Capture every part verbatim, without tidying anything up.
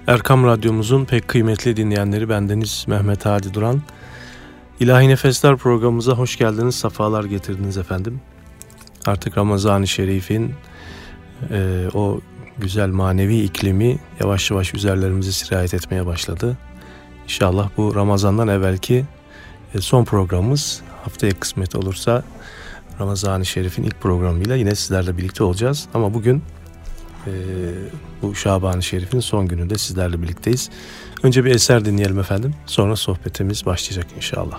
Erkam Radyomuzun pek kıymetli dinleyenleri, bendeniz Mehmet Hadi Duran. İlahi Nefesler programımıza hoş geldiniz, sefalar getirdiniz efendim. Artık Ramazan-ı Şerif'in e, o güzel manevi iklimi yavaş yavaş üzerlerimizi sirayet etmeye başladı. İnşallah bu Ramazan'dan evvelki e, son programımız, haftaya kısmet olursa Ramazan-ı Şerif'in ilk programıyla yine sizlerle birlikte olacağız. Ama bugün e, bu Şaban-ı Şerif'in son gününde sizlerle birlikteyiz. Önce bir eser dinleyelim efendim, sonra sohbetimiz başlayacak inşallah.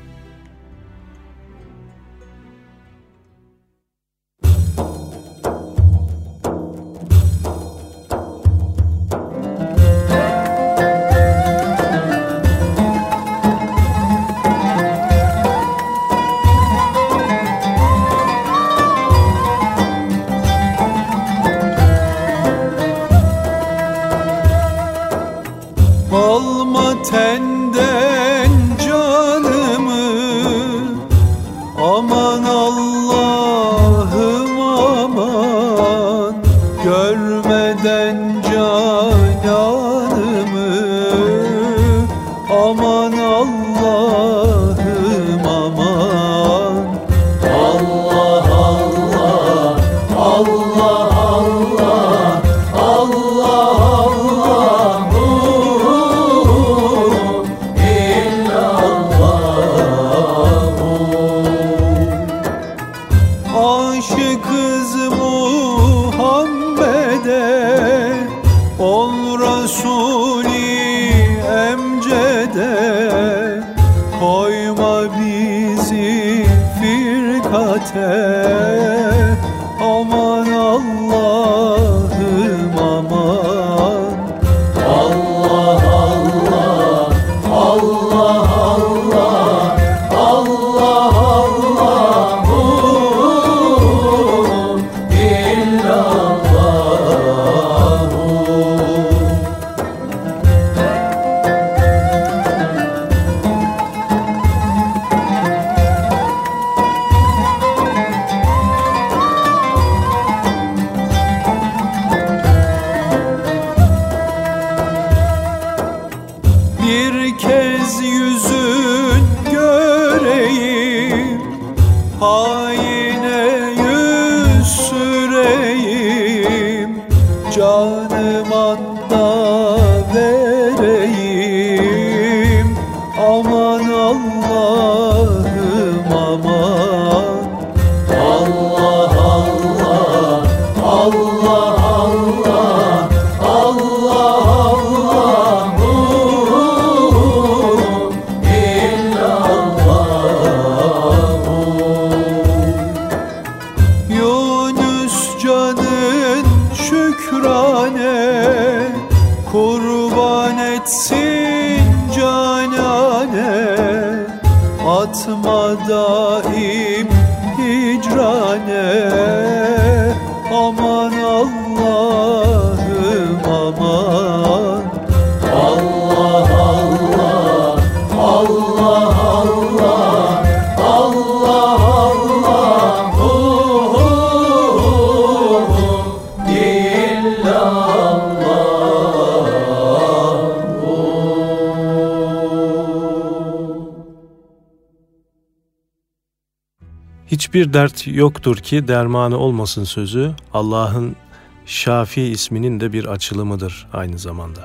Hiçbir dert yoktur ki dermanı olmasın sözü, Allah'ın Şafi isminin de bir açılımıdır aynı zamanda.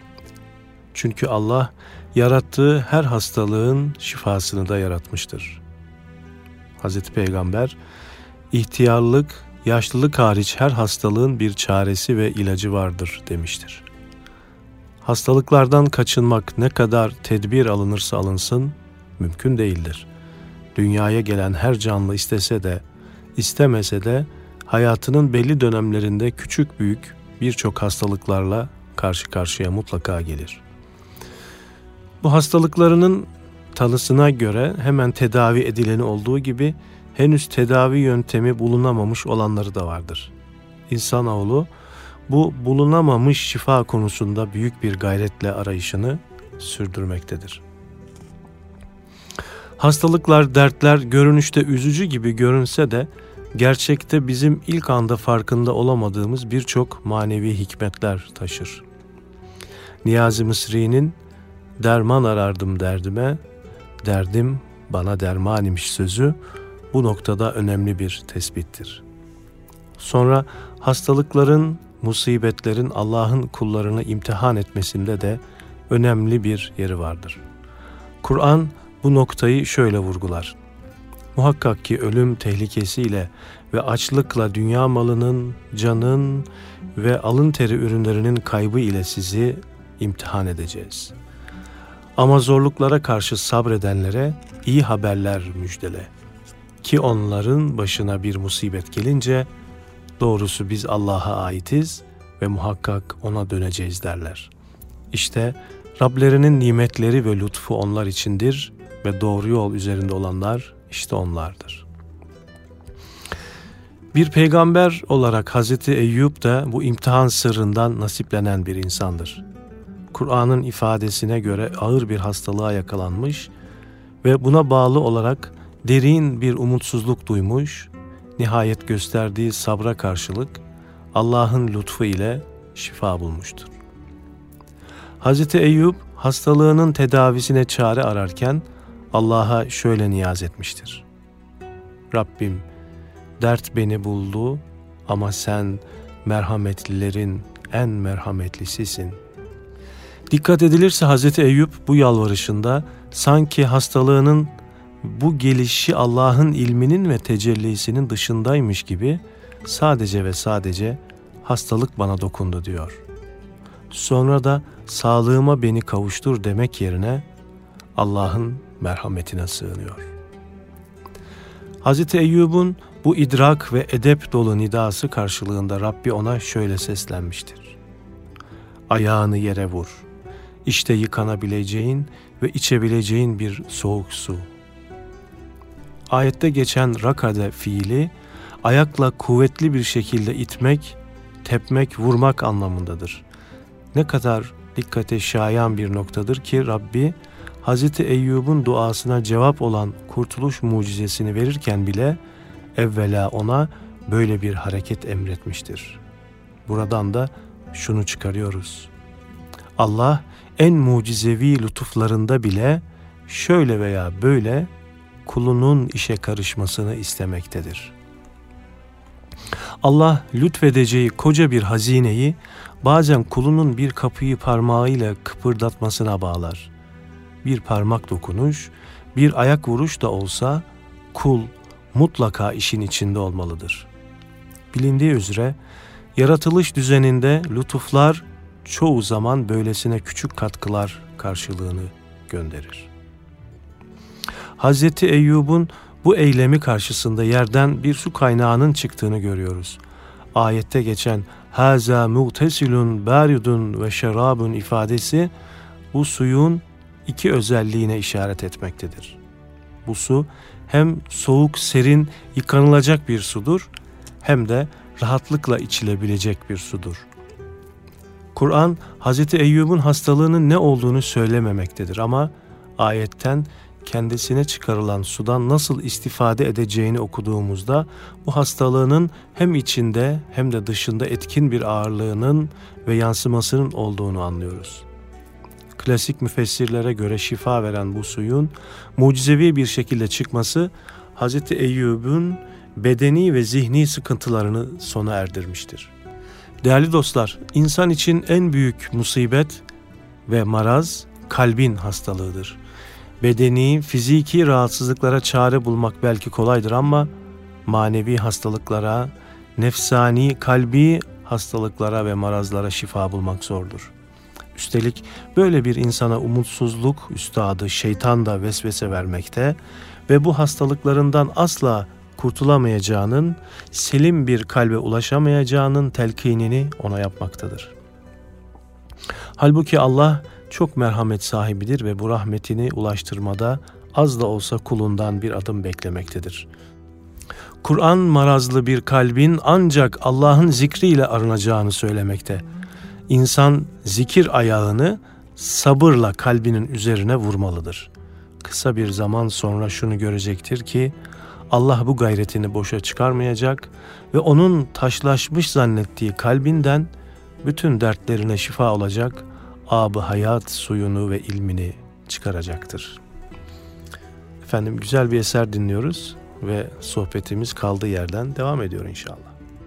Çünkü Allah yarattığı her hastalığın şifasını da yaratmıştır. Hazreti Peygamber, ihtiyarlık, yaşlılık hariç her hastalığın bir çaresi ve ilacı vardır demiştir. Hastalıklardan kaçınmak ne kadar tedbir alınırsa alınsın mümkün değildir. Dünyaya gelen her canlı istese de, istemese de hayatının belli dönemlerinde küçük büyük birçok hastalıklarla karşı karşıya mutlaka gelir. Bu hastalıklarının tanısına göre hemen tedavi edileni olduğu gibi henüz tedavi yöntemi bulunamamış olanları da vardır. İnsanoğlu bu bulunamamış şifa konusunda büyük bir gayretle arayışını sürdürmektedir. Hastalıklar, dertler görünüşte üzücü gibi görünse de gerçekte bizim ilk anda farkında olamadığımız birçok manevi hikmetler taşır. Niyazi Mısri'nin derman arardım derdime, derdim bana derman imiş sözü bu noktada önemli bir tespittir. Sonra hastalıkların, musibetlerin Allah'ın kullarını imtihan etmesinde de önemli bir yeri vardır. Kur'an bu noktayı şöyle vurgular. Muhakkak ki ölüm tehlikesiyle ve açlıkla dünya malının, canın ve alın teri ürünlerinin kaybı ile sizi imtihan edeceğiz. Ama zorluklara karşı sabredenlere iyi haberler müjdele. Ki onların başına bir musibet gelince, doğrusu biz Allah'a aitiz ve muhakkak ona döneceğiz derler. İşte Rablerinin nimetleri ve lütfu onlar içindir ve doğru yol üzerinde olanlar işte onlardır. Bir peygamber olarak Hazreti Eyyub da bu imtihan sırrından nasiplenen bir insandır. Kur'an'ın ifadesine göre ağır bir hastalığa yakalanmış ve buna bağlı olarak derin bir umutsuzluk duymuş, nihayet gösterdiği sabra karşılık Allah'ın lütfu ile şifa bulmuştur. Hazreti Eyyub hastalığının tedavisine çare ararken Allah'a şöyle niyaz etmiştir. Rabbim, dert beni buldu ama sen merhametlilerin en merhametlisisin. Dikkat edilirse Hazreti Eyyub bu yalvarışında sanki hastalığının bu gelişi Allah'ın ilminin ve tecellisinin dışındaymış gibi sadece ve sadece hastalık bana dokundu diyor. Sonra da sağlığıma beni kavuştur demek yerine Allah'ın merhametine sığınıyor. Hazreti Eyyub'un bu idrak ve edep dolu nidası karşılığında Rabbi ona şöyle seslenmiştir. Ayağını yere vur. İşte yıkanabileceğin ve içebileceğin bir soğuk su. Ayette geçen rakade fiili ayakla kuvvetli bir şekilde itmek, tepmek, vurmak anlamındadır. Ne kadar dikkate şayan bir noktadır ki Rabbi Hazreti Eyyub'un duasına cevap olan kurtuluş mucizesini verirken bile evvela ona böyle bir hareket emretmiştir. Buradan da şunu çıkarıyoruz. Allah en mucizevi lütuflarında bile şöyle veya böyle kulunun işe karışmasını istemektedir. Allah lütfedeceği koca bir hazineyi bazen kulunun bir kapıyı parmağıyla kıpırdatmasına bağlar. Bir parmak dokunuş, bir ayak vuruş da olsa kul mutlaka işin içinde olmalıdır. Bilindiği üzere yaratılış düzeninde lütuflar çoğu zaman böylesine küçük katkılar karşılığını gönderir. Hazreti Eyyub'un bu eylemi karşısında yerden bir su kaynağının çıktığını görüyoruz. Ayette geçen "Hâzâ muğtesilun bâridun ve şerâbun" ifadesi bu suyun iki özelliğine işaret etmektedir. Bu su hem soğuk, serin, yıkanılacak bir sudur, hem de rahatlıkla içilebilecek bir sudur. Kur'an, Hazreti Eyyub'un hastalığının ne olduğunu söylememektedir ama ayetten kendisine çıkarılan sudan nasıl istifade edeceğini okuduğumuzda bu hastalığının hem içinde hem de dışında etkin bir ağırlığının ve yansımasının olduğunu anlıyoruz. Klasik müfessirlere göre şifa veren bu suyun mucizevi bir şekilde çıkması Hazreti Eyyub'un bedeni ve zihni sıkıntılarını sona erdirmiştir. Değerli dostlar, insan için en büyük musibet ve maraz kalbin hastalığıdır. Bedeni, fiziki rahatsızlıklara çare bulmak belki kolaydır ama manevi hastalıklara, nefsani, kalbi hastalıklara ve marazlara şifa bulmak zordur. Üstelik böyle bir insana umutsuzluk üstadı şeytan da vesvese vermekte ve bu hastalıklarından asla kurtulamayacağının, selim bir kalbe ulaşamayacağının telkinini ona yapmaktadır. Halbuki Allah çok merhamet sahibidir ve bu rahmetini ulaştırmada az da olsa kulundan bir adım beklemektedir. Kur'an marazlı bir kalbin ancak Allah'ın zikriyle arınacağını söylemekte. İnsan zikir ayağını sabırla kalbinin üzerine vurmalıdır. Kısa bir zaman sonra şunu görecektir ki Allah bu gayretini boşa çıkarmayacak ve onun taşlaşmış zannettiği kalbinden bütün dertlerine şifa olacak, ab-ı hayat suyunu ve ilmini çıkaracaktır. Efendim, güzel bir eser dinliyoruz ve sohbetimiz kaldığı yerden devam ediyor inşallah.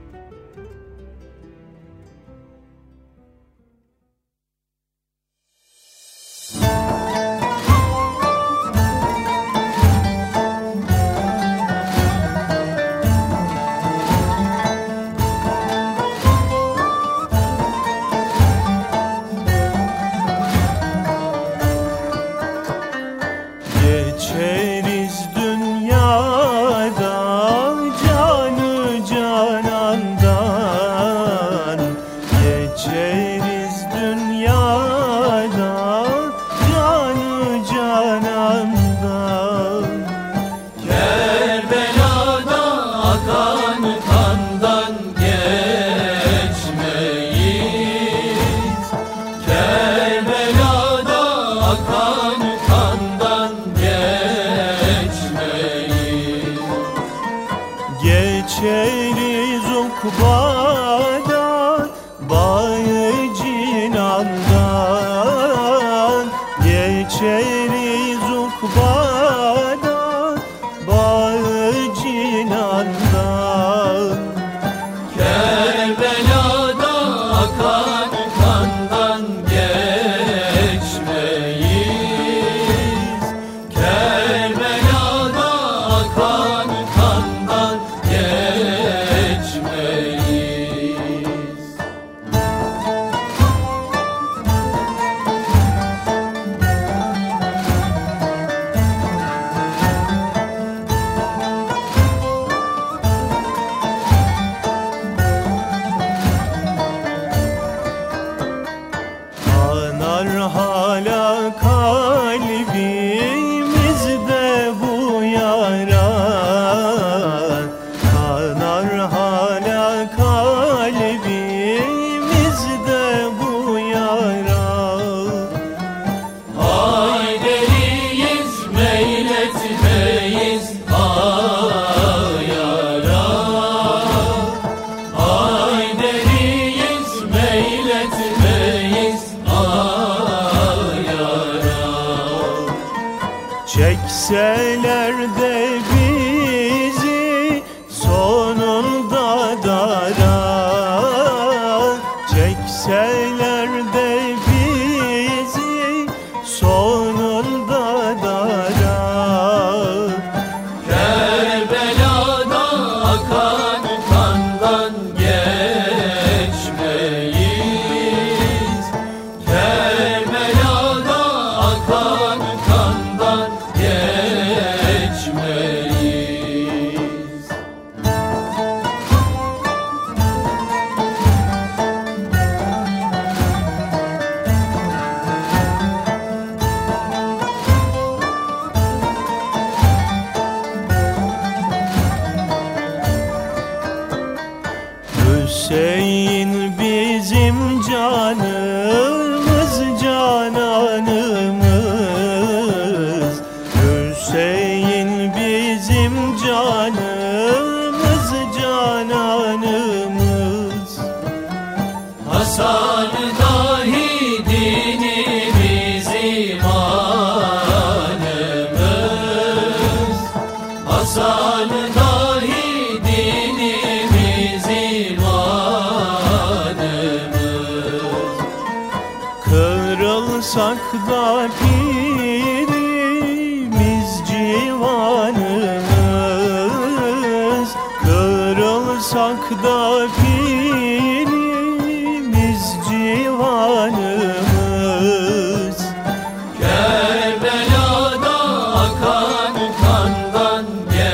Geçeriz ukbadan, bağı cinandan. Geçeriz ukbadan, bağı cinandan. Kerbela'da akan kandan geçmeyiz. Kerbela'da akan kandan geçmeyiz. Kanar hala kalbimizde bu yara. Kanar hala kalbimizde bu yara. Hayderiyiz, meyletmeyiz ayara. Hayderiyiz, meyletmeyiz ayara. Çekseler de bizi sonunda dara. Çekseler de bizi sonunda dara. Kerbela'da akan kandan geçmeyiz. Kerbela'da akan kandan geçmeyiz. Hüseyin bizim canımız, cananımız. Hüseyin bizim canımız, cananımız. Hasan dahi dinimiz imanımız. Hasan dahi dinimiz imanımız. Kırılsak da pirimiz civanımız. Kırılsak da pirimiz civanımız. Kerbela'da akan kandan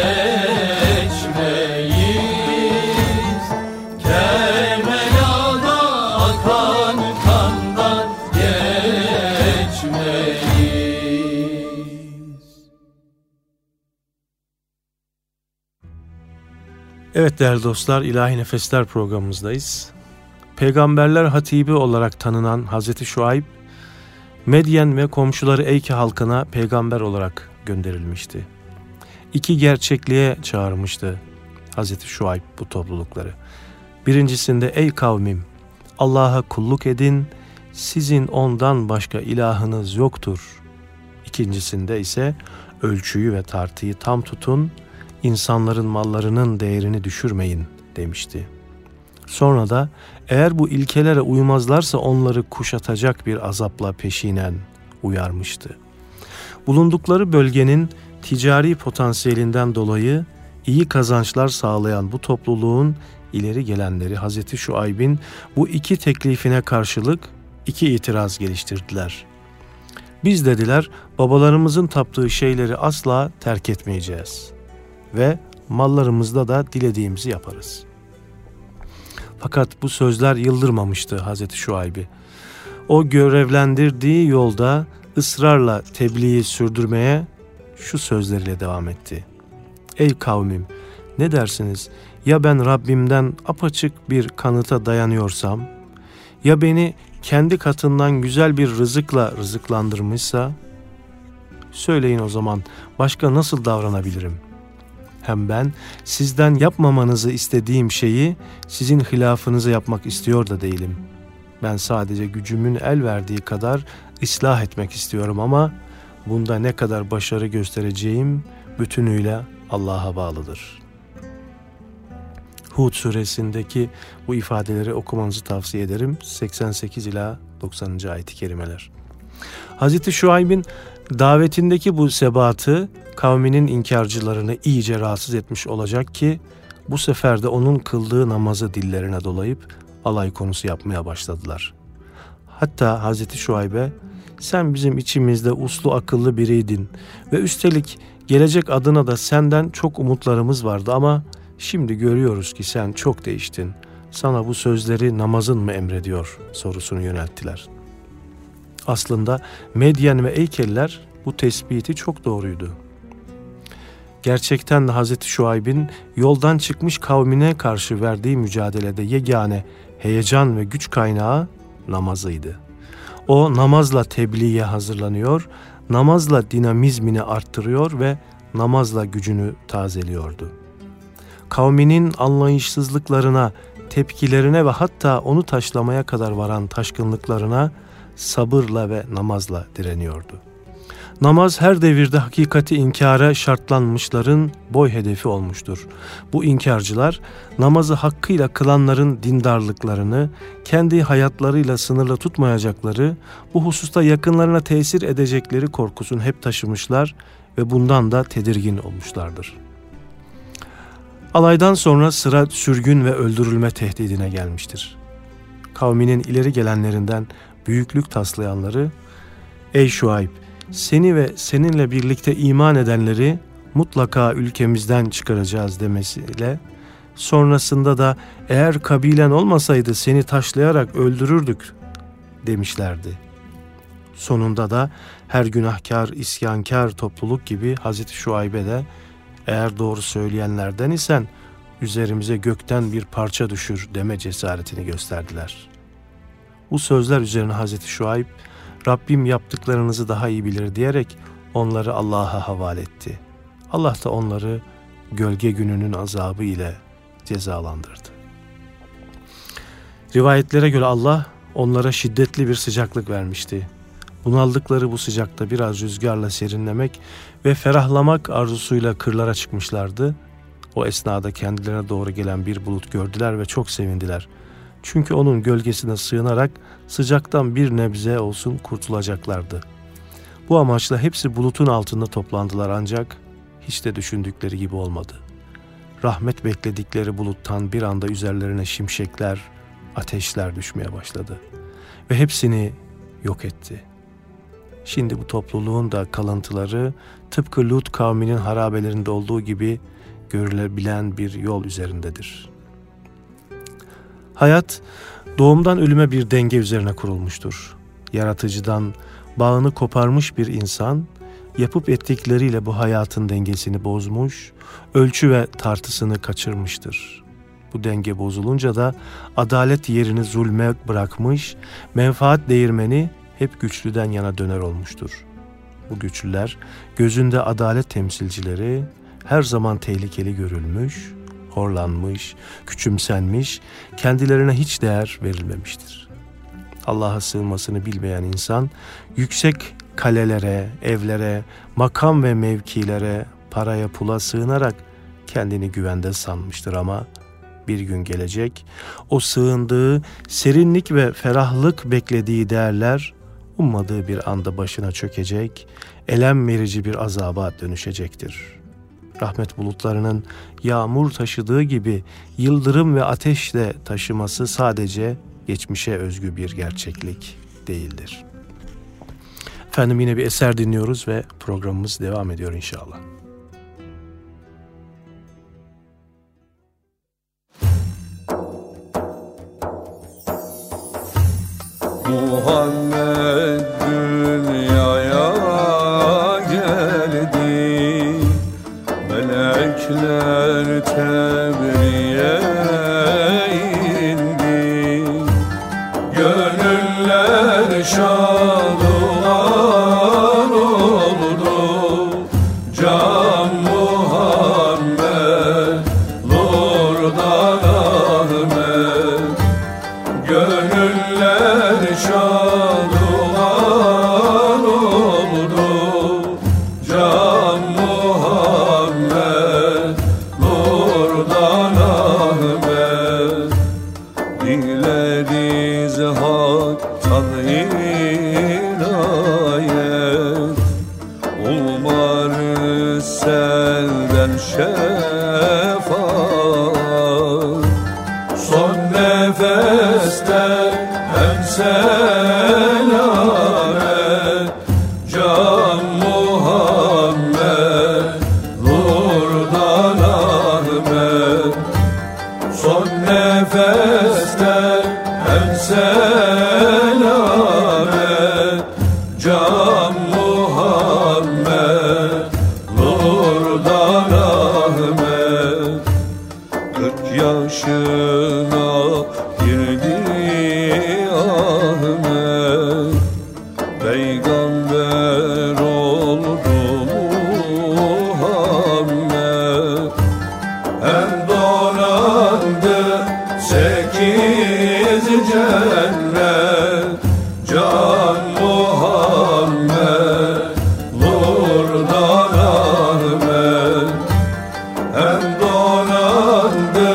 geçmeyiz. Kerbela'da akan kandan geçmeyiz. Evet değerli dostlar, İlahi Nefesler programımızdayız. Peygamberler hatibi olarak tanınan Hazreti Şuayb, Medyen ve komşuları Eyke halkına peygamber olarak gönderilmişti. İki gerçekliğe çağırmıştı Hazreti Şuayb bu toplulukları. Birincisinde ey kavmim, Allah'a kulluk edin, sizin ondan başka ilahınız yoktur. İkincisinde ise ölçüyü ve tartıyı tam tutun, insanların mallarının değerini düşürmeyin demişti. Sonra da eğer bu ilkelere uymazlarsa onları kuşatacak bir azapla peşinen uyarmıştı. Bulundukları bölgenin ticari potansiyelinden dolayı iyi kazançlar sağlayan bu topluluğun ileri gelenleri Hazreti Şuayb'in bu iki teklifine karşılık iki itiraz geliştirdiler. Biz dediler, babalarımızın taptığı şeyleri asla terk etmeyeceğiz ve mallarımızda da dilediğimizi yaparız. Fakat bu sözler yıldırmamıştı Hazreti Şuayb'i. O görevlendirdiği yolda ısrarla tebliği sürdürmeye şu sözleriyle devam etti. Ey kavmim, ne dersiniz? Ya ben Rabbimden apaçık bir kanıta dayanıyorsam, ya beni kendi katından güzel bir rızıkla rızıklandırmışsa, söyleyin o zaman başka nasıl davranabilirim? Hem ben sizden yapmamanızı istediğim şeyi sizin hilafınıza yapmak istiyor da değilim. Ben sadece gücümün el verdiği kadar ıslah etmek istiyorum ama bunda ne kadar başarı göstereceğim bütünüyle Allah'a bağlıdır. Hud suresindeki bu ifadeleri okumanızı tavsiye ederim. seksen sekiz ila doksanıncı ayet-i kerimeler. Hazreti Şuayb'in davetindeki bu sebatı kavminin inkarcılarını iyice rahatsız etmiş olacak ki bu sefer de onun kıldığı namazı dillerine dolayıp alay konusu yapmaya başladılar. Hatta Hazreti Şuayb'e sen bizim içimizde uslu akıllı biriydin ve üstelik gelecek adına da senden çok umutlarımız vardı ama şimdi görüyoruz ki sen çok değiştin. Sana bu sözleri namazın mı emrediyor sorusunu yönelttiler. Aslında Medyen ve Eykeliler bu tespiti çok doğruydu. Gerçekten de Hazreti Şuayb'in yoldan çıkmış kavmine karşı verdiği mücadelede yegane heyecan ve güç kaynağı namazıydı. O namazla tebliğe hazırlanıyor, namazla dinamizmini arttırıyor ve namazla gücünü tazeliyordu. Kavminin anlayışsızlıklarına, tepkilerine ve hatta onu taşlamaya kadar varan taşkınlıklarına sabırla ve namazla direniyordu. Namaz her devirde hakikati inkara şartlanmışların boy hedefi olmuştur. Bu inkarcılar namazı hakkıyla kılanların dindarlıklarını kendi hayatlarıyla sınırlı tutmayacakları, bu hususta yakınlarına tesir edecekleri korkusunu hep taşımışlar ve bundan da tedirgin olmuşlardır. Alaydan sonra sıra sürgün ve öldürülme tehdidine gelmiştir. Kavminin ileri gelenlerinden büyüklük taslayanları, ey Şuayb, seni ve seninle birlikte iman edenleri mutlaka ülkemizden çıkaracağız demesiyle, sonrasında da eğer kabilen olmasaydı seni taşlayarak öldürürdük demişlerdi. Sonunda da her günahkar, isyankar topluluk gibi Hazreti Şuayb'e de eğer doğru söyleyenlerden isen üzerimize gökten bir parça düşür deme cesaretini gösterdiler. Bu sözler üzerine Hazreti Şuayb, Rabbim yaptıklarınızı daha iyi bilir diyerek onları Allah'a havale etti. Allah da onları gölge gününün azabı ile cezalandırdı. Rivayetlere göre Allah onlara şiddetli bir sıcaklık vermişti. Bunaldıkları bu sıcakta biraz rüzgarla serinlemek ve ferahlamak arzusuyla kırlara çıkmışlardı. O esnada kendilerine doğru gelen bir bulut gördüler ve çok sevindiler. Çünkü onun gölgesine sığınarak sıcaktan bir nebze olsun kurtulacaklardı. Bu amaçla hepsi bulutun altında toplandılar ancak hiç de düşündükleri gibi olmadı. Rahmet bekledikleri buluttan bir anda üzerlerine şimşekler, ateşler düşmeye başladı ve hepsini yok etti. Şimdi bu topluluğun da kalıntıları tıpkı Lut kavminin harabelerinde olduğu gibi görülebilen bir yol üzerindedir. Hayat doğumdan ölüme bir denge üzerine kurulmuştur. Yaratıcıdan bağını koparmış bir insan yapıp ettikleriyle bu hayatın dengesini bozmuş, ölçü ve tartısını kaçırmıştır. Bu denge bozulunca da adalet yerini zulme bırakmış, menfaat değirmeni hep güçlüden yana döner olmuştur. Bu güçlüler gözünde adalet temsilcileri her zaman tehlikeli görülmüş, horlanmış, küçümsenmiş, kendilerine hiç değer verilmemiştir. Allah'a sığınmasını bilmeyen insan yüksek kalelere, evlere, makam ve mevkilere, paraya, pula sığınarak kendini güvende sanmıştır ama bir gün gelecek, o sığındığı, serinlik ve ferahlık beklediği değerler ummadığı bir anda başına çökecek, elem verici bir azaba dönüşecektir. Rahmet bulutlarının yağmur taşıdığı gibi yıldırım ve ateşle taşıması sadece geçmişe özgü bir gerçeklik değildir. Efendim, yine bir eser dinliyoruz ve programımız devam ediyor inşallah. Muhammed dünyaya geldi, melekler tebriğe indi, gönüller şaduman oldu, can Muhammed, nurdan Ahmet, gönüller şaduman oldu, can Muhammed, nurdan Ahmet, dileriz haktan inayet, umarız senden şefaat, son nefeste hem selamet, can Muhammed, nurdan Ahmet, son nefeste hem selamet, can Muhammed, nurdan Ahmet, kırk yaşına girdi Ahmet, peygamber oldu Muhammed, hem donandı sekiz cennet, can Muhammed, nurdan Ahmet, hem donandı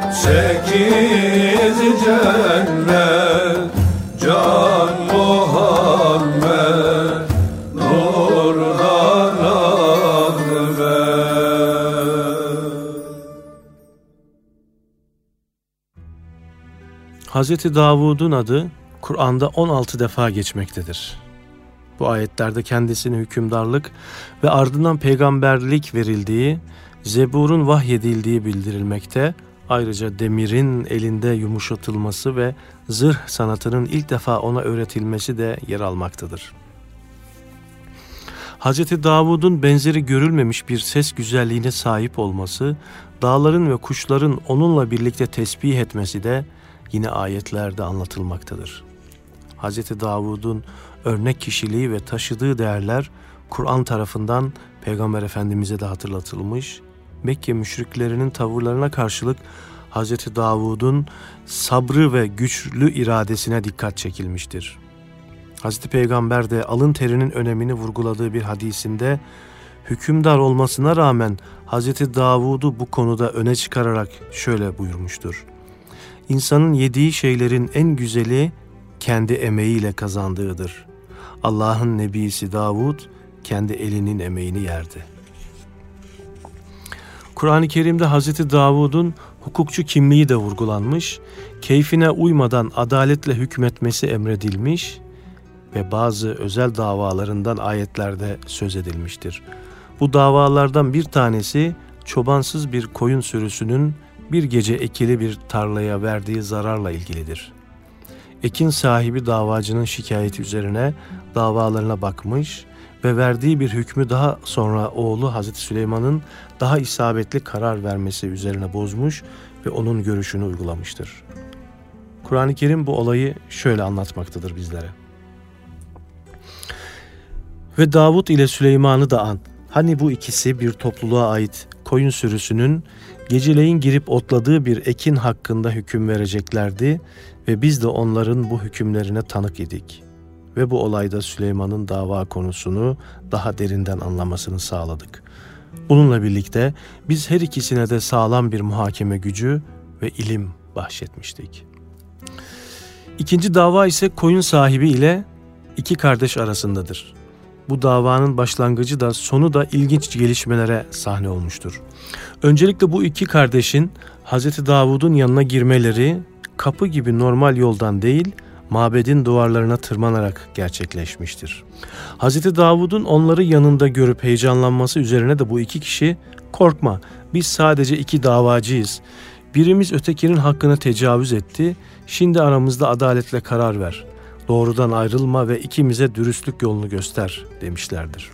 sekiz cennet, can Muhammed, nurdan Ahmet. Hazreti Davud'un adı Kur'an'da on altı defa geçmektedir. Bu ayetlerde kendisine hükümdarlık ve ardından peygamberlik verildiği, Zebur'un vahyedildiği bildirilmekte, ayrıca demirin elinde yumuşatılması ve zırh sanatının ilk defa ona öğretilmesi de yer almaktadır. Hazreti Davud'un benzeri görülmemiş bir ses güzelliğine sahip olması, dağların ve kuşların onunla birlikte tesbih etmesi de yine ayetlerde anlatılmaktadır. Hazreti Davud'un örnek kişiliği ve taşıdığı değerler Kur'an tarafından Peygamber Efendimiz'e de hatırlatılmış, Mekke müşriklerinin tavırlarına karşılık Hazreti Davud'un sabrı ve güçlü iradesine dikkat çekilmiştir. Hazreti Peygamber de alın terinin önemini vurguladığı bir hadisinde, hükümdar olmasına rağmen Hazreti Davud'u bu konuda öne çıkararak şöyle buyurmuştur: İnsanın yediği şeylerin en güzeli kendi emeğiyle kazandığıdır. Allah'ın nebisi Davud kendi elinin emeğini yerdi. Kur'an-ı Kerim'de Hazreti Davud'un hukukçu kimliği de vurgulanmış, keyfine uymadan adaletle hükmetmesi emredilmiş ve bazı özel davalarından ayetlerde söz edilmiştir. Bu davalardan bir tanesi çobansız bir koyun sürüsünün bir gece ekili bir tarlaya verdiği zararla ilgilidir. Ekin sahibi davacının şikayeti üzerine davalarına bakmış ve verdiği bir hükmü daha sonra oğlu Hazreti Süleyman'ın daha isabetli karar vermesi üzerine bozmuş ve onun görüşünü uygulamıştır. Kur'an-ı Kerim bu olayı şöyle anlatmaktadır bizlere. Ve Davud ile Süleyman'ı da an. Hani bu ikisi bir topluluğa ait koyun sürüsünün geceleyin girip otladığı bir ekin hakkında hüküm vereceklerdi ve biz de onların bu hükümlerine tanık idik. Ve bu olayda Süleyman'ın dava konusunu daha derinden anlamasını sağladık. Bununla birlikte biz her ikisine de sağlam bir muhakeme gücü ve ilim bahşetmiştik. İkinci dava ise koyun sahibi ile iki kardeş arasındadır. Bu davanın başlangıcı da sonu da ilginç gelişmelere sahne olmuştur. Öncelikle bu iki kardeşin Hazreti Davud'un yanına girmeleri kapı gibi normal yoldan değil, mabedin duvarlarına tırmanarak gerçekleşmiştir. Hazreti Davud'un onları yanında görüp heyecanlanması üzerine de bu iki kişi, korkma, biz sadece iki davacıyız. Birimiz ötekinin hakkına tecavüz etti, şimdi aramızda adaletle karar ver. Doğrudan ayrılma ve ikimize dürüstlük yolunu göster demişlerdir.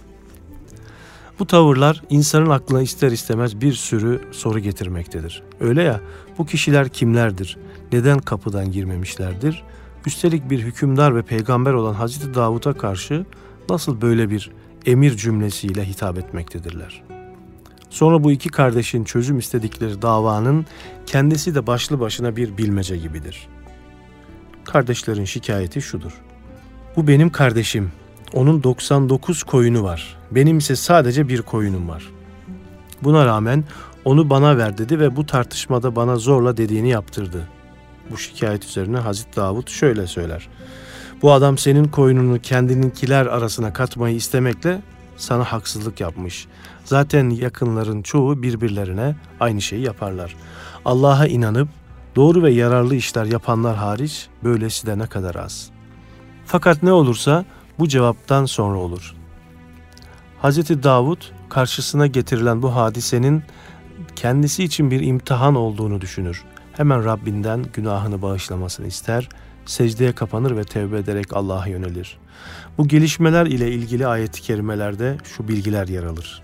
Bu tavırlar insanın aklına ister istemez bir sürü soru getirmektedir. Öyle ya, bu kişiler kimlerdir? Neden kapıdan girmemişlerdir? Üstelik bir hükümdar ve peygamber olan Hazreti Davud'a karşı nasıl böyle bir emir cümlesiyle hitap etmektedirler? Sonra bu iki kardeşin çözüm istedikleri davanın kendisi de başlı başına bir bilmece gibidir. Kardeşlerin şikayeti şudur: bu benim kardeşim, onun doksan dokuz koyunu var, benim ise sadece bir koyunum var. Buna rağmen onu bana ver dedi ve bu tartışmada bana zorla dediğini yaptırdı. Bu şikayet üzerine Hazreti Davud şöyle söyler: bu adam senin koyununu kendininkiler arasına katmayı istemekle sana haksızlık yapmış. Zaten yakınların çoğu birbirlerine aynı şeyi yaparlar. Allah'a inanıp doğru ve yararlı işler yapanlar hariç böylesi de ne kadar az. Fakat ne olursa bu cevaptan sonra olur. Hazreti Davud karşısına getirilen bu hadisenin kendisi için bir imtihan olduğunu düşünür. Hemen Rabbinden günahını bağışlamasını ister, secdeye kapanır ve tevbe ederek Allah'a yönelir. Bu gelişmeler ile ilgili ayet-i kerimelerde şu bilgiler yer alır: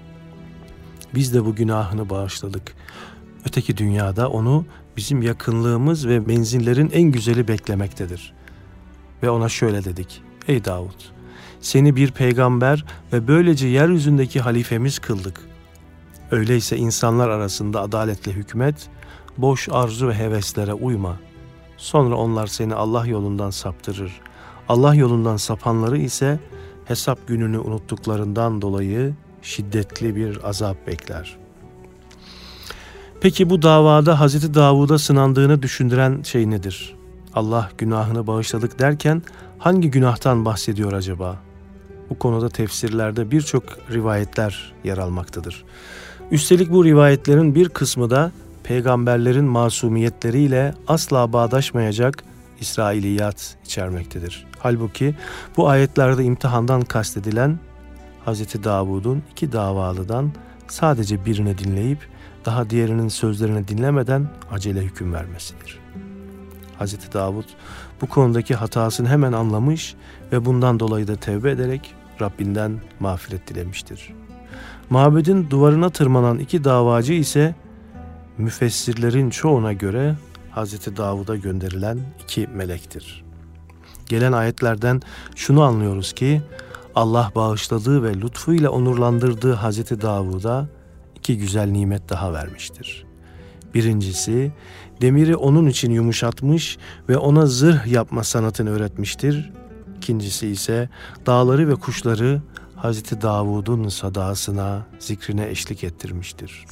biz de bu günahını bağışladık. Öteki dünyada onu bizim yakınlığımız ve menzillerin en güzeli beklemektedir. Ve ona şöyle dedik: ey Davud, seni bir peygamber ve böylece yeryüzündeki halifemiz kıldık. Öyleyse insanlar arasında adaletle hükmet, boş arzu ve heveslere uyma. Sonra onlar seni Allah yolundan saptırır. Allah yolundan sapanları ise hesap gününü unuttuklarından dolayı şiddetli bir azap bekler. Peki bu davada Hazreti Davud'a sınandığını düşündüren şey nedir? Allah günahını bağışladık derken hangi günahtan bahsediyor acaba? Bu konuda tefsirlerde birçok rivayetler yer almaktadır. Üstelik bu rivayetlerin bir kısmı da peygamberlerin masumiyetleriyle asla bağdaşmayacak İsrailiyat içermektedir. Halbuki bu ayetlerde imtihandan kastedilen Hazreti Davud'un iki davalıdan sadece birini dinleyip daha diğerinin sözlerini dinlemeden acele hüküm vermesidir. Hazreti Davud bu konudaki hatasını hemen anlamış ve bundan dolayı da tevbe ederek Rabbinden mağfiret dilemiştir. Mabedin duvarına tırmanan iki davacı ise müfessirlerin çoğuna göre Hazreti Davud'a gönderilen iki melektir. Gelen ayetlerden şunu anlıyoruz ki Allah bağışladığı ve lütfuyla onurlandırdığı Hazreti Davud'a iki güzel nimet daha vermiştir. Birincisi, demiri onun için yumuşatmış ve ona zırh yapma sanatını öğretmiştir. İkincisi ise dağları ve kuşları Hazreti Davud'un sadasına, zikrine eşlik ettirmiştir.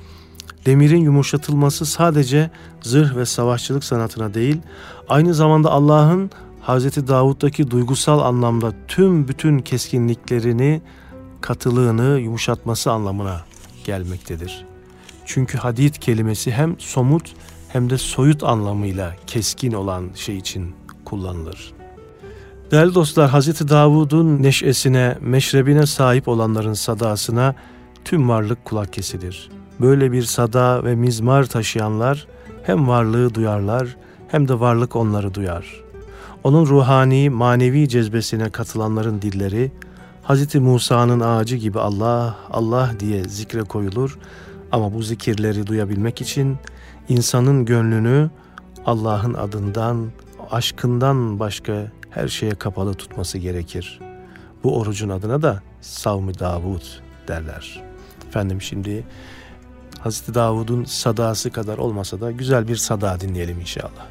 Demirin yumuşatılması sadece zırh ve savaşçılık sanatına değil, aynı zamanda Allah'ın Hazreti Davud'daki duygusal anlamda tüm bütün keskinliklerini, katılığını yumuşatması anlamına gelmektedir. Çünkü hadid kelimesi hem somut hem de soyut anlamıyla keskin olan şey için kullanılır. Değerli dostlar, Hazreti Davud'un neşesine, meşrebine sahip olanların sadasına tüm varlık kulak kesilir. Böyle bir sada ve mizmar taşıyanlar hem varlığı duyarlar hem de varlık onları duyar. Onun ruhani, manevi cezbesine katılanların dilleri Hazreti Musa'nın ağacı gibi Allah, Allah diye zikre koyulur ama bu zikirleri duyabilmek için insanın gönlünü Allah'ın adından, aşkından başka her şeye kapalı tutması gerekir. Bu orucun adına da Savm-ı Davud derler. Efendim şimdi Hazreti Davud'un sadası kadar olmasa da güzel bir sada dinleyelim inşallah.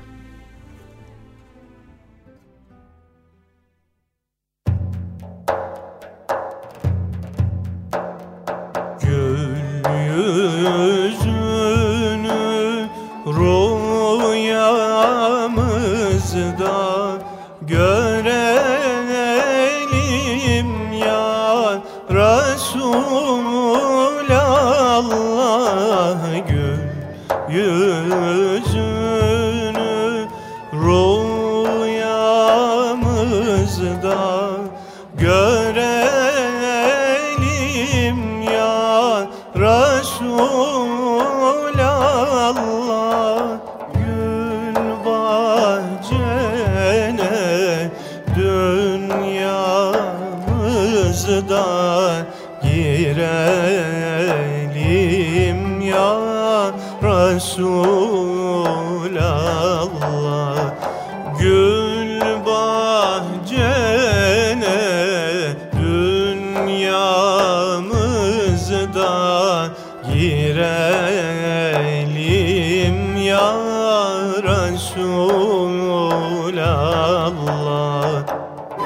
Yüzünü rüyamızda görelim ya Resulallah, gül yüzünü rüyamızda görelim ya Resulallah, gül bahçene dünyamızda girelim ya Resulallah, gül bahçene dünyamızda girelim ya Resulallah.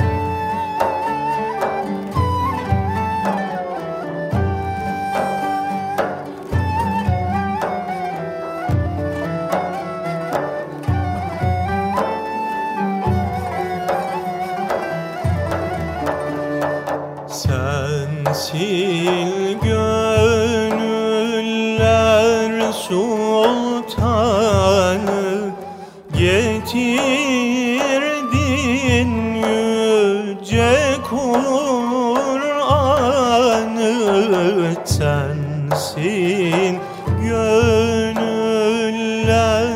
Sensin gönüller sultanı, getirdin yüce Kur'an'ı. Sensin gönüller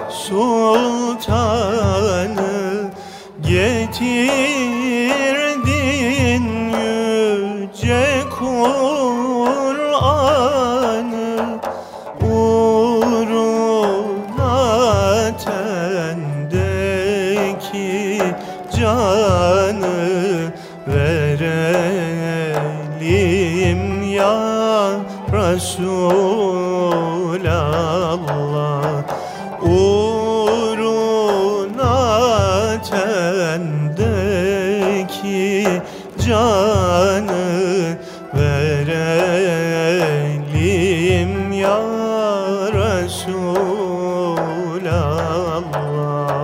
sultanı, getirdin yüce Kur'an'ı. Uğruna tendeki canı verelim ya Resulallah, uğruna tendeki canı verelim ya Resulallah.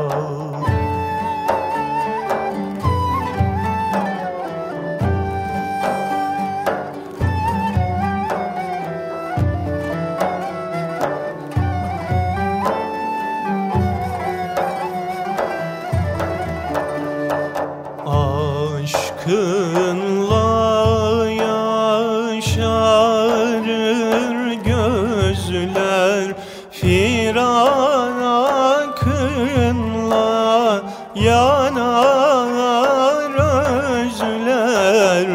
Aşkınla yaşarır gözler, firakınla yanar özler.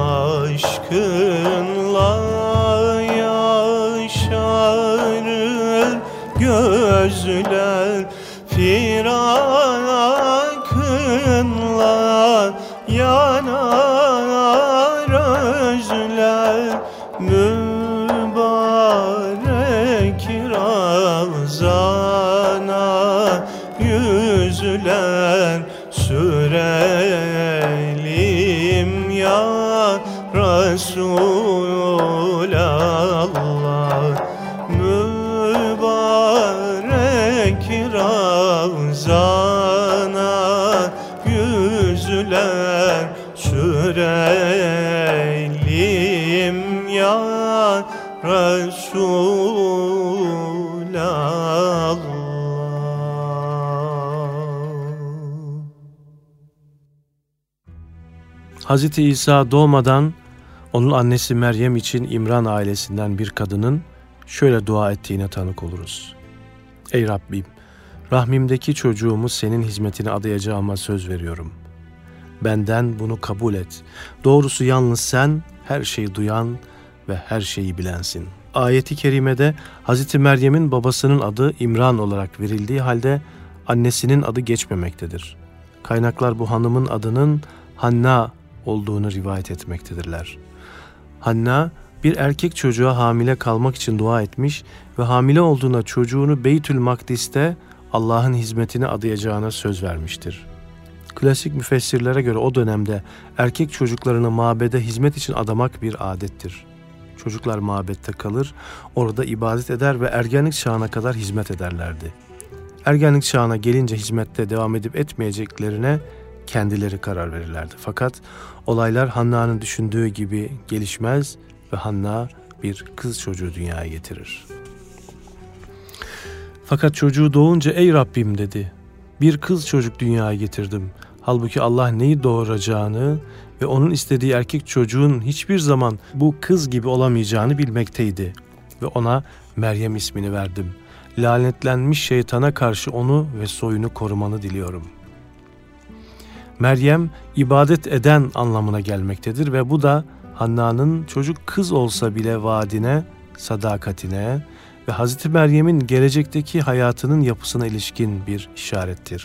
Aşkınla yaşarır gözler, firakınla yanar özler. Mübarek Ramazana yüzler sürelim ya Resulallah, mübarek Ramazana yüzler sürelim ya Resulallah. Hazreti İsa doğmadan onun annesi Meryem için İmran ailesinden bir kadının şöyle dua ettiğine tanık oluruz. Ey Rabbim, rahmimdeki çocuğumu senin hizmetine adayacağıma söz veriyorum. Benden bunu kabul et. Doğrusu yalnız sen her şeyi duyan ve her şeyi bilensin. Ayet-i kerimede Hazreti Meryem'in babasının adı İmran olarak verildiği halde annesinin adı geçmemektedir. Kaynaklar bu hanımın adının Hanna olduğunu rivayet etmektedirler. Hanna, bir erkek çocuğa hamile kalmak için dua etmiş ve hamile olduğunda çocuğunu Beytül Makdis'te Allah'ın hizmetine adayacağına söz vermiştir. Klasik müfessirlere göre o dönemde erkek çocuklarını mabede hizmet için adamak bir adettir. Çocuklar mabette kalır, orada ibadet eder ve ergenlik çağına kadar hizmet ederlerdi. Ergenlik çağına gelince hizmette devam edip etmeyeceklerine kendileri karar verirlerdi. Fakat olaylar Hanna'nın düşündüğü gibi gelişmez ve Hanna bir kız çocuğu dünyaya getirir. Fakat çocuğu doğunca ey Rabbim dedi, bir kız çocuk dünyaya getirdim. Halbuki Allah neyi doğuracağını ve onun istediği erkek çocuğun hiçbir zaman bu kız gibi olamayacağını bilmekteydi. Ve ona Meryem ismini verdim. Lanetlenmiş şeytana karşı onu ve soyunu korumanı diliyorum. Meryem ibadet eden anlamına gelmektedir ve bu da Hanna'nın çocuk kız olsa bile vaadine, sadakatine ve Hazreti Meryem'in gelecekteki hayatının yapısına ilişkin bir işarettir.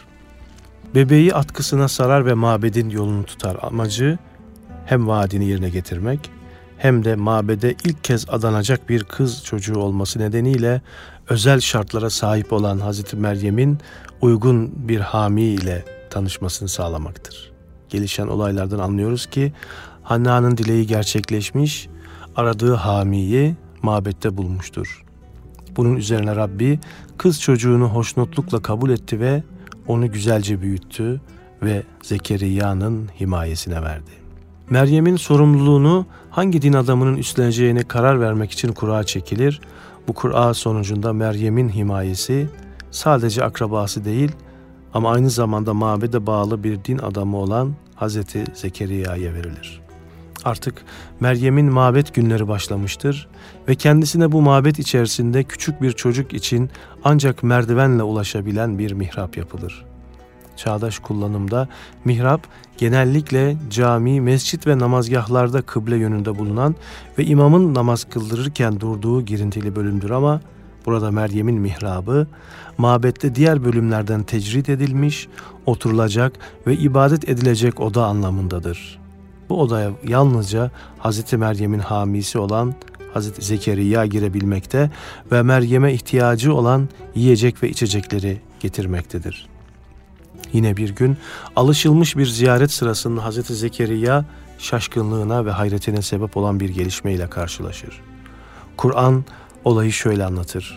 Bebeği atkısına sarar ve mabedin yolunu tutar. Amacı hem vaadini yerine getirmek hem de mabede ilk kez adanacak bir kız çocuğu olması nedeniyle özel şartlara sahip olan Hazreti Meryem'in uygun bir hami ile tanışmasını sağlamaktır. Gelişen olaylardan anlıyoruz ki Hanna'nın dileği gerçekleşmiş, aradığı hamiyi mabette bulmuştur. Bunun üzerine Rabbi kız çocuğunu hoşnutlukla kabul etti ve onu güzelce büyüttü ve Zekeriya'nın himayesine verdi. Meryem'in sorumluluğunu hangi din adamının üstleneceğine karar vermek için kura çekilir. Bu kura sonucunda Meryem'in himayesi sadece akrabası değil ama aynı zamanda mabede bağlı bir din adamı olan Hazreti Zekeriya'ya verilir. Artık Meryem'in mabet günleri başlamıştır ve kendisine bu mabet içerisinde küçük bir çocuk için ancak merdivenle ulaşabilen bir mihrap yapılır. Çağdaş kullanımda mihrap genellikle cami, mescit ve namazgahlarda kıble yönünde bulunan ve imamın namaz kıldırırken durduğu girintili bölümdür ama burada Meryem'in mihrabı mabette diğer bölümlerden tecrit edilmiş, oturulacak ve ibadet edilecek oda anlamındadır. Bu odaya yalnızca Hazreti Meryem'in hamisi olan Hazreti Zekeriya girebilmekte ve Meryem'e ihtiyacı olan yiyecek ve içecekleri getirmektedir. Yine bir gün alışılmış bir ziyaret sırasında Hazreti Zekeriya şaşkınlığına ve hayretine sebep olan bir gelişmeyle karşılaşır. Kur'an olayı şöyle anlatır.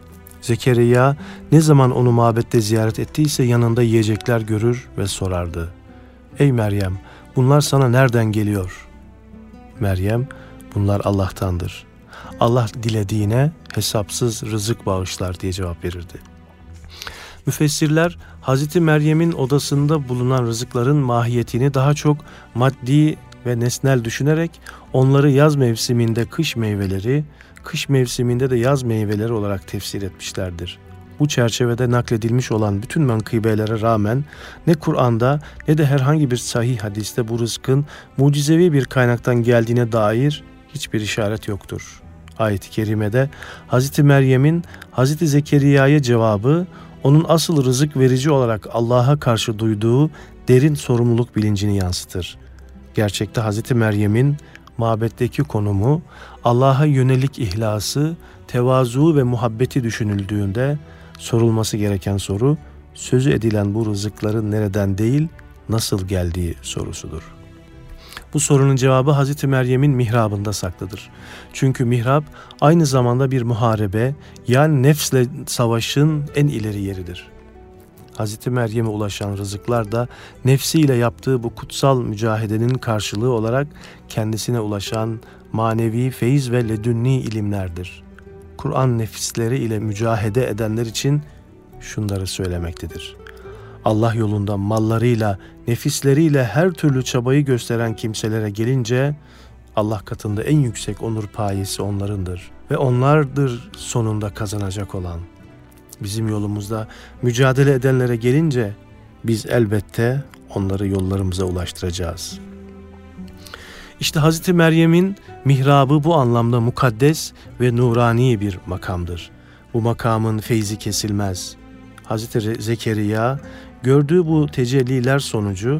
Zekeriya ne zaman onu mabette ziyaret ettiyse yanında yiyecekler görür ve sorardı. Ey Meryem, bunlar sana nereden geliyor? Meryem, bunlar Allah'tandır. Allah dilediğine hesapsız rızık bağışlar diye cevap verirdi. Müfessirler Hazreti Meryem'in odasında bulunan rızıkların mahiyetini daha çok maddi ve nesnel düşünerek onları yaz mevsiminde kış meyveleri, kış mevsiminde de yaz meyveleri olarak tefsir etmişlerdir. Bu çerçevede nakledilmiş olan bütün menkıbelere rağmen ne Kur'an'da ne de herhangi bir sahih hadiste bu rızkın mucizevi bir kaynaktan geldiğine dair hiçbir işaret yoktur. Ayet-i kerimede Hazreti Meryem'in Hazreti Zekeriya'ya cevabı onun asıl rızık verici olarak Allah'a karşı duyduğu derin sorumluluk bilincini yansıtır. Gerçekte Hazreti Meryem'in mabetteki konumu, Allah'a yönelik ihlası, tevazu ve muhabbeti düşünüldüğünde sorulması gereken soru, sözü edilen bu rızıkların nereden değil, nasıl geldiği sorusudur. Bu sorunun cevabı Hazreti Meryem'in mihrabında saklıdır. Çünkü mihrap aynı zamanda bir muharebe, yani nefsle savaşın en ileri yeridir. Hazreti Meryem'e ulaşan rızıklar da nefsiyle yaptığı bu kutsal mücahedenin karşılığı olarak kendisine ulaşan manevi feyiz ve ledünni ilimlerdir. Kur'an nefisleri ile mücahede edenler için şunları söylemektedir. Allah yolunda mallarıyla, nefisleriyle her türlü çabayı gösteren kimselere gelince Allah katında en yüksek onur payesi onlarındır ve onlardır sonunda kazanacak olan. Bizim yolumuzda mücadele edenlere gelince biz elbette onları yollarımıza ulaştıracağız. İşte Hazreti Meryem'in mihrabı bu anlamda mukaddes ve nurani bir makamdır. Bu makamın feyzi kesilmez. Hazreti Zekeriya gördüğü bu tecelliler sonucu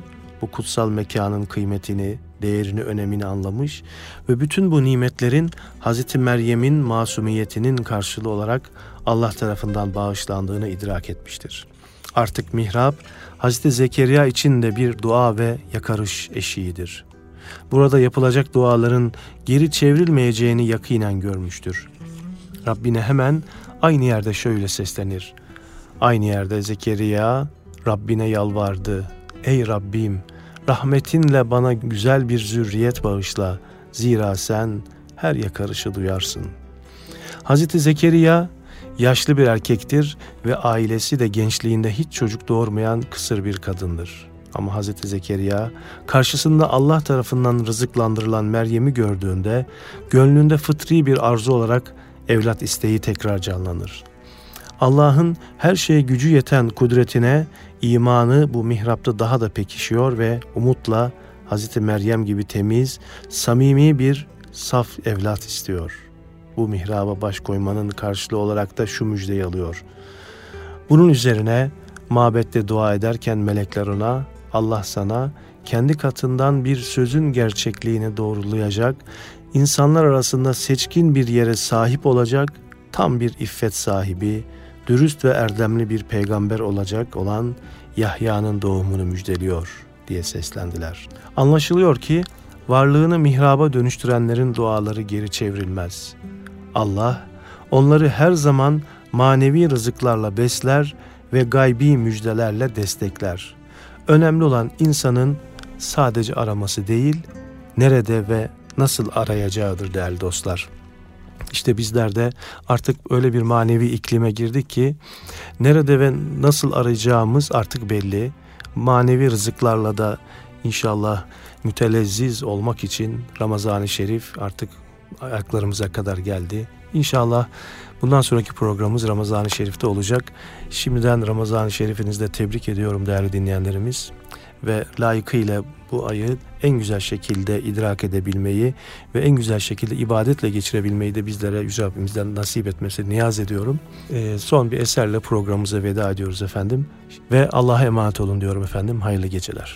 bu kutsal mekanın kıymetini, değerini, önemini anlamış ve bütün bu nimetlerin Hazreti Meryem'in masumiyetinin karşılığı olarak Allah tarafından bağışlandığını idrak etmiştir. Artık mihrap, Hazreti Zekeriya için de bir dua ve yakarış eşiğidir. Burada yapılacak duaların geri çevrilmeyeceğini yakinen görmüştür. Rabbine hemen aynı yerde şöyle seslenir. Aynı yerde Zekeriya Rabbine yalvardı. Ey Rabbim, rahmetinle bana güzel bir zürriyet bağışla. Zira sen her yakarışı duyarsın. Hazreti Zekeriya yaşlı bir erkektir ve ailesi de gençliğinde hiç çocuk doğurmayan kısır bir kadındır. Ama Hazreti Zekeriya karşısında Allah tarafından rızıklandırılan Meryem'i gördüğünde gönlünde fıtri bir arzu olarak evlat isteği tekrar canlanır. Allah'ın her şeye gücü yeten kudretine imanı bu mihrapta daha da pekişiyor ve umutla Hazreti Meryem gibi temiz, samimi bir saf evlat istiyor. Bu mihraba baş koymanın karşılığı olarak da şu müjdeyi alıyor. Bunun üzerine mabette dua ederken melekler ona, Allah sana kendi katından bir sözün gerçekliğini doğrulayacak, insanlar arasında seçkin bir yere sahip olacak, tam bir iffet sahibi, dürüst ve erdemli bir peygamber olacak olan Yahya'nın doğumunu müjdeliyor diye seslendiler. Anlaşılıyor ki varlığını mihraba dönüştürenlerin duaları geri çevrilmez. Allah onları her zaman manevi rızıklarla besler ve gaybi müjdelerle destekler. Önemli olan insanın sadece araması değil, nerede ve nasıl arayacağıdır değerli dostlar. İşte bizler de artık öyle bir manevi iklime girdik ki nerede ve nasıl arayacağımız artık belli. Manevi rızıklarla da inşallah mütelezziz olmak için Ramazan-ı Şerif artık ayaklarımıza kadar geldi. İnşallah bundan sonraki programımız Ramazan-ı Şerif'te olacak. Şimdiden Ramazan-ı Şerif'inizi de tebrik ediyorum değerli dinleyenlerimiz. Ve layıkıyla bu ayı en güzel şekilde idrak edebilmeyi ve en güzel şekilde ibadetle geçirebilmeyi de bizlere Yüce Rabbimizden nasip etmesini niyaz ediyorum. Ee, son bir eserle programımıza veda ediyoruz efendim. Ve Allah'a emanet olun diyorum efendim. Hayırlı geceler.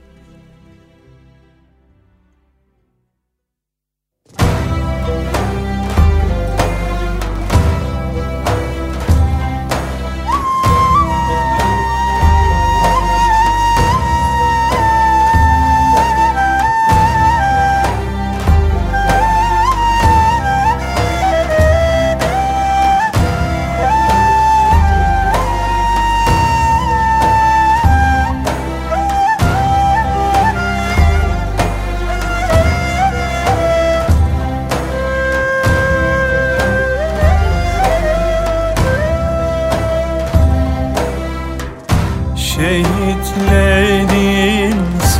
Şehitlerin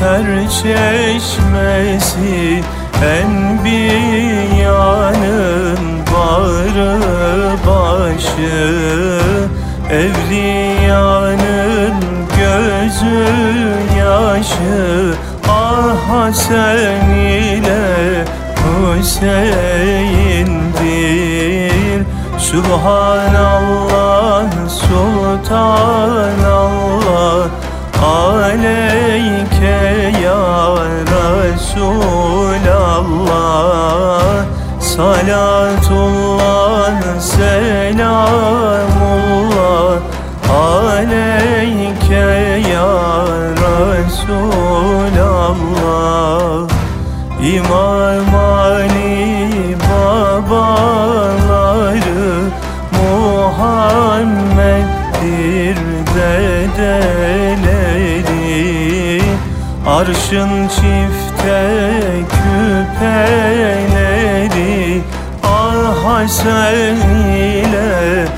serçeşmesi, Enbiyanın bağrı başı, Evliyanın gözü yaşı. Ah Hasan ile Hüseyin'dir. Subhanallah, Sultanallah aleyke ya Resulallah. Salatullah, selamullah aleyke ya Resulallah. İmam Ali babaları Muhammed'dir dedeleri. Arşın çifte küpeleri, Ah Hasan ile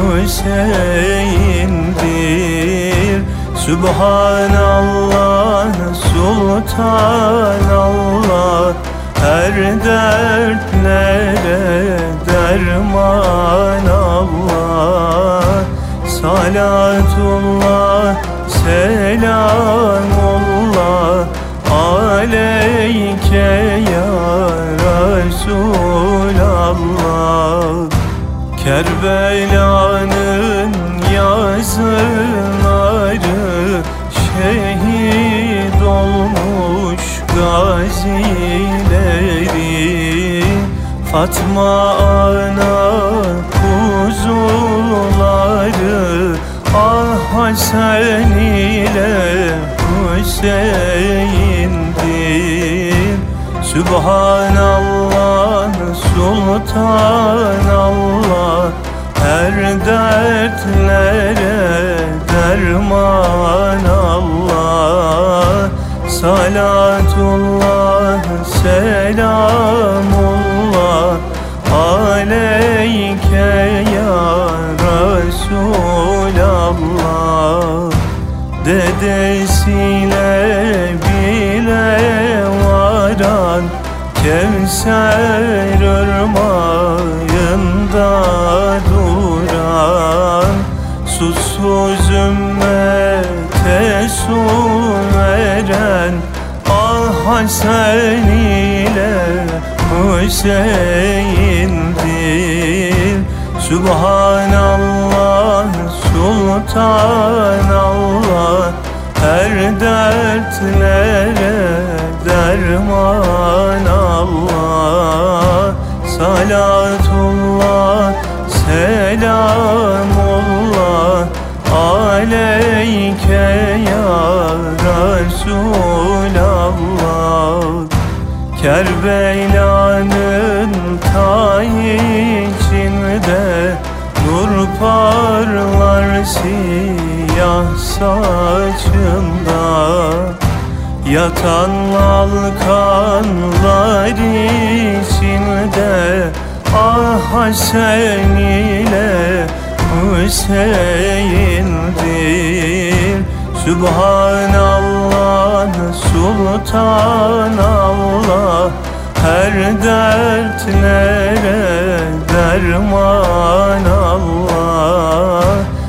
Hüseyin'dir. Subhanallah, Sultanallah her dertlere derman Allah. Salatullah, selamullah aleyke ya Resulallah. Kerbela'nın yazıları şehit olmuş gazileri, Fatma ana kuzuları, ah Hasan ile Hüseyin'dir. Sübhanallah, Sultanallah, her dertlere derman Allah. Salatullah, selamullah aleyke ya Resulallah. Dedesiyle bile varan Kevser ırmağında duran, susuz ümmete su veren, ah Hasan ile Hüseyin'dir. Sübhanallah, Sultanallah, her dertlere derman Allah. Salatullah, selamullah aleyke ya Resulallah. Kerbela'nın ta içinde nur parlar siyah saçında, yatan lal kanlar içinde, ah Hasan ile Hüseyin'dir. Sübhanallah, Sultanallah, her dertlere derman Allah.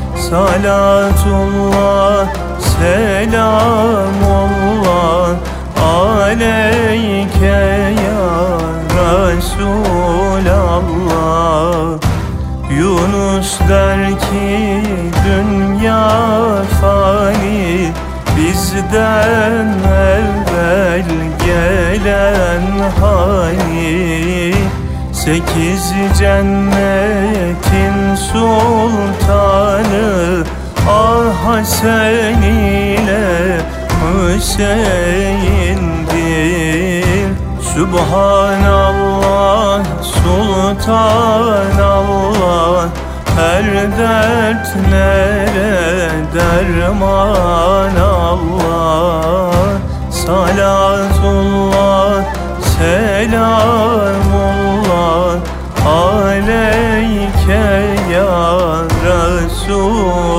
Salatullah, selamullah aleyke ya Resulallah. Yunus der ki dünya fani, bizden evvel gelen hani. Sekiz cennetin sultanı, ah Hasan ile Hüseyin'dir. Sübhanallah, Sultanallah, her dertlere derman Allah. Salatullah, selamullah aleyke ya Resul.